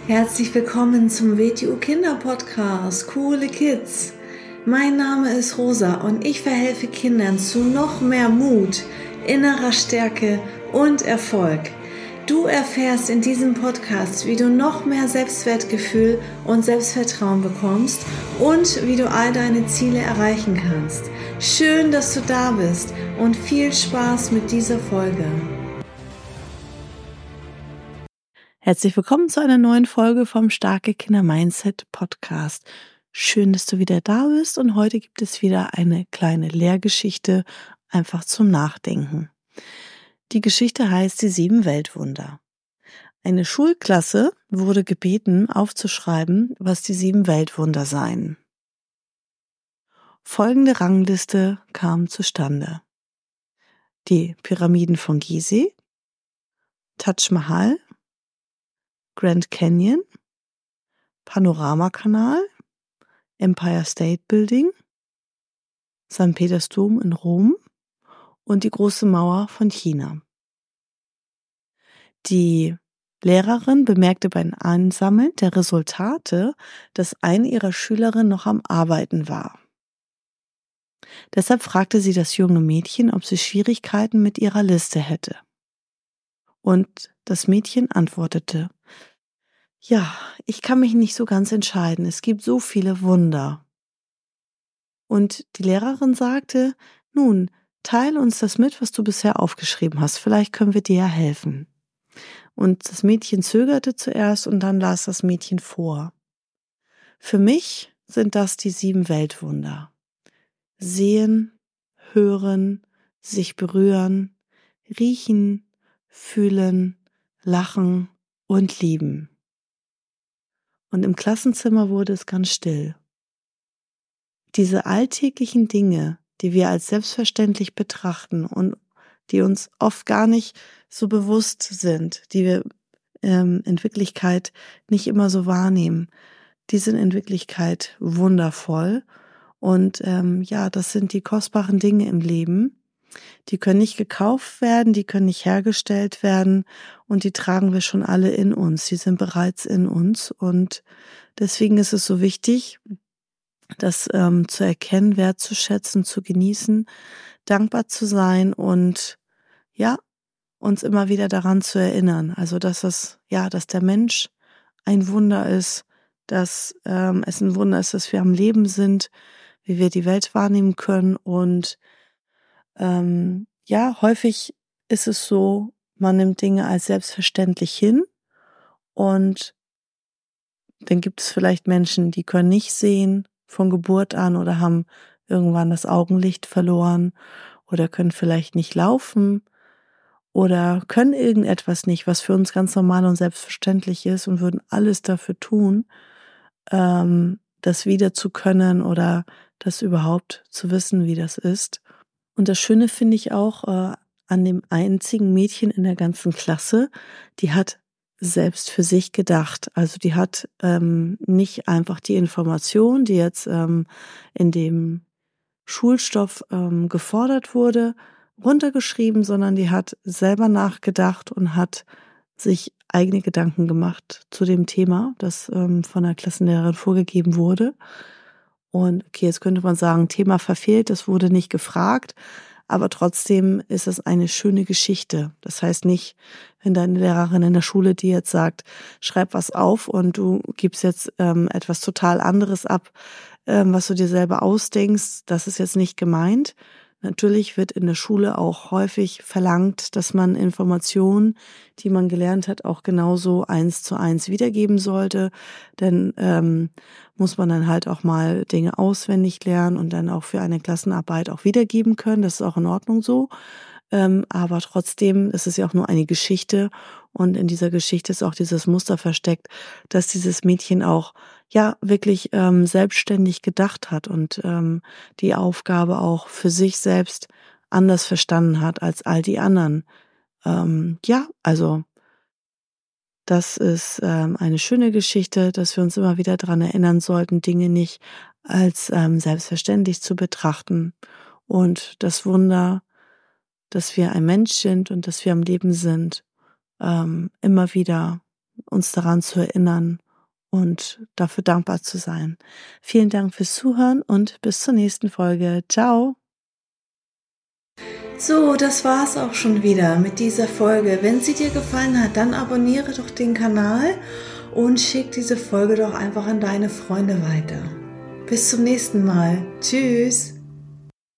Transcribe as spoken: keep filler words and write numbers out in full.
Herzlich willkommen zum W T U Kinder Podcast, Coole Kids. Mein Name ist Rosa und ich verhelfe Kindern zu noch mehr Mut, innerer Stärke und Erfolg. Du erfährst in diesem Podcast, wie du noch mehr Selbstwertgefühl und Selbstvertrauen bekommst und wie du all deine Ziele erreichen kannst. Schön, dass du da bist und viel Spaß mit dieser Folge. Herzlich willkommen zu einer neuen Folge vom Starke Kinder Mindset Podcast. Schön, dass du wieder da bist und heute gibt es wieder eine kleine Lehrgeschichte, einfach zum Nachdenken. Die Geschichte heißt Die sieben Weltwunder. Eine Schulklasse wurde gebeten, aufzuschreiben, was die sieben Weltwunder seien. Folgende Rangliste kam zustande. Die Pyramiden von Gizeh, Taj Mahal, Grand Canyon, Panoramakanal, Empire State Building, Sankt Petersdom in Rom und die Große Mauer von China. Die Lehrerin bemerkte beim Einsammeln der Resultate, dass eine ihrer Schülerinnen noch am Arbeiten war. Deshalb fragte sie das junge Mädchen, ob sie Schwierigkeiten mit ihrer Liste hätte. Und das Mädchen antwortete: Ja, ich kann mich nicht so ganz entscheiden. Es gibt so viele Wunder. Und die Lehrerin sagte: Nun, teile uns das mit, was du bisher aufgeschrieben hast. Vielleicht können wir dir ja helfen. Und das Mädchen zögerte zuerst und dann las das Mädchen vor. Für mich sind das die sieben Weltwunder. Sehen, hören, sich berühren, riechen, fühlen, lachen und lieben. Und im Klassenzimmer wurde es ganz still. Diese alltäglichen Dinge, die wir als selbstverständlich betrachten und die uns oft gar nicht so bewusst sind, die wir ähm, in Wirklichkeit nicht immer so wahrnehmen, die sind in Wirklichkeit wundervoll. Und ähm, ja, das sind die kostbaren Dinge im Leben. Die können nicht gekauft werden, die können nicht hergestellt werden und die tragen wir schon alle in uns. Die sind bereits in uns und deswegen ist es so wichtig, das ähm, zu erkennen, wertzuschätzen, zu genießen, dankbar zu sein und ja, uns immer wieder daran zu erinnern. Also, dass das, ja, dass der Mensch ein Wunder ist, dass ähm, es ein Wunder ist, dass wir am Leben sind, wie wir die Welt wahrnehmen können und ähm, ja, häufig ist es so, man nimmt Dinge als selbstverständlich hin und dann gibt es vielleicht Menschen, die können nicht sehen von Geburt an oder haben irgendwann das Augenlicht verloren oder können vielleicht nicht laufen oder können irgendetwas nicht, was für uns ganz normal und selbstverständlich ist und würden alles dafür tun, ähm, das wieder zu können oder das überhaupt zu wissen, wie das ist. Und das Schöne finde ich auch äh, an dem einzigen Mädchen in der ganzen Klasse, die hat selbst für sich gedacht. Also die hat ähm, nicht einfach die Information, die jetzt ähm, in dem Schulstoff ähm, gefordert wurde, runtergeschrieben, sondern die hat selber nachgedacht und hat sich eigene Gedanken gemacht zu dem Thema, das ähm, von der Klassenlehrerin vorgegeben wurde. Und okay, jetzt könnte man sagen, Thema verfehlt, das wurde nicht gefragt, aber trotzdem ist es eine schöne Geschichte. Das heißt nicht, wenn deine Lehrerin in der Schule dir jetzt sagt, schreib was auf und du gibst jetzt ähm, etwas total anderes ab, ähm, was du dir selber ausdenkst, das ist jetzt nicht gemeint. Natürlich wird in der Schule auch häufig verlangt, dass man Informationen, die man gelernt hat, auch genauso eins zu eins wiedergeben sollte. Denn ähm, muss man dann halt auch mal Dinge auswendig lernen und dann auch für eine Klassenarbeit auch wiedergeben können. Das ist auch in Ordnung so. Ähm, aber trotzdem ist es ja auch nur eine Geschichte und in dieser Geschichte ist auch dieses Muster versteckt, dass dieses Mädchen auch ja wirklich ähm, selbstständig gedacht hat und ähm, die Aufgabe auch für sich selbst anders verstanden hat als all die anderen. Ähm, ja, also das ist ähm, eine schöne Geschichte, dass wir uns immer wieder daran erinnern sollten, Dinge nicht als ähm, selbstverständlich zu betrachten und das Wunder, dass wir ein Mensch sind und dass wir am Leben sind, ähm, immer wieder uns daran zu erinnern und dafür dankbar zu sein. Vielen Dank fürs Zuhören und bis zur nächsten Folge. Ciao! So, das war's auch schon wieder mit dieser Folge. Wenn sie dir gefallen hat, dann abonniere doch den Kanal und schick diese Folge doch einfach an deine Freunde weiter. Bis zum nächsten Mal. Tschüss!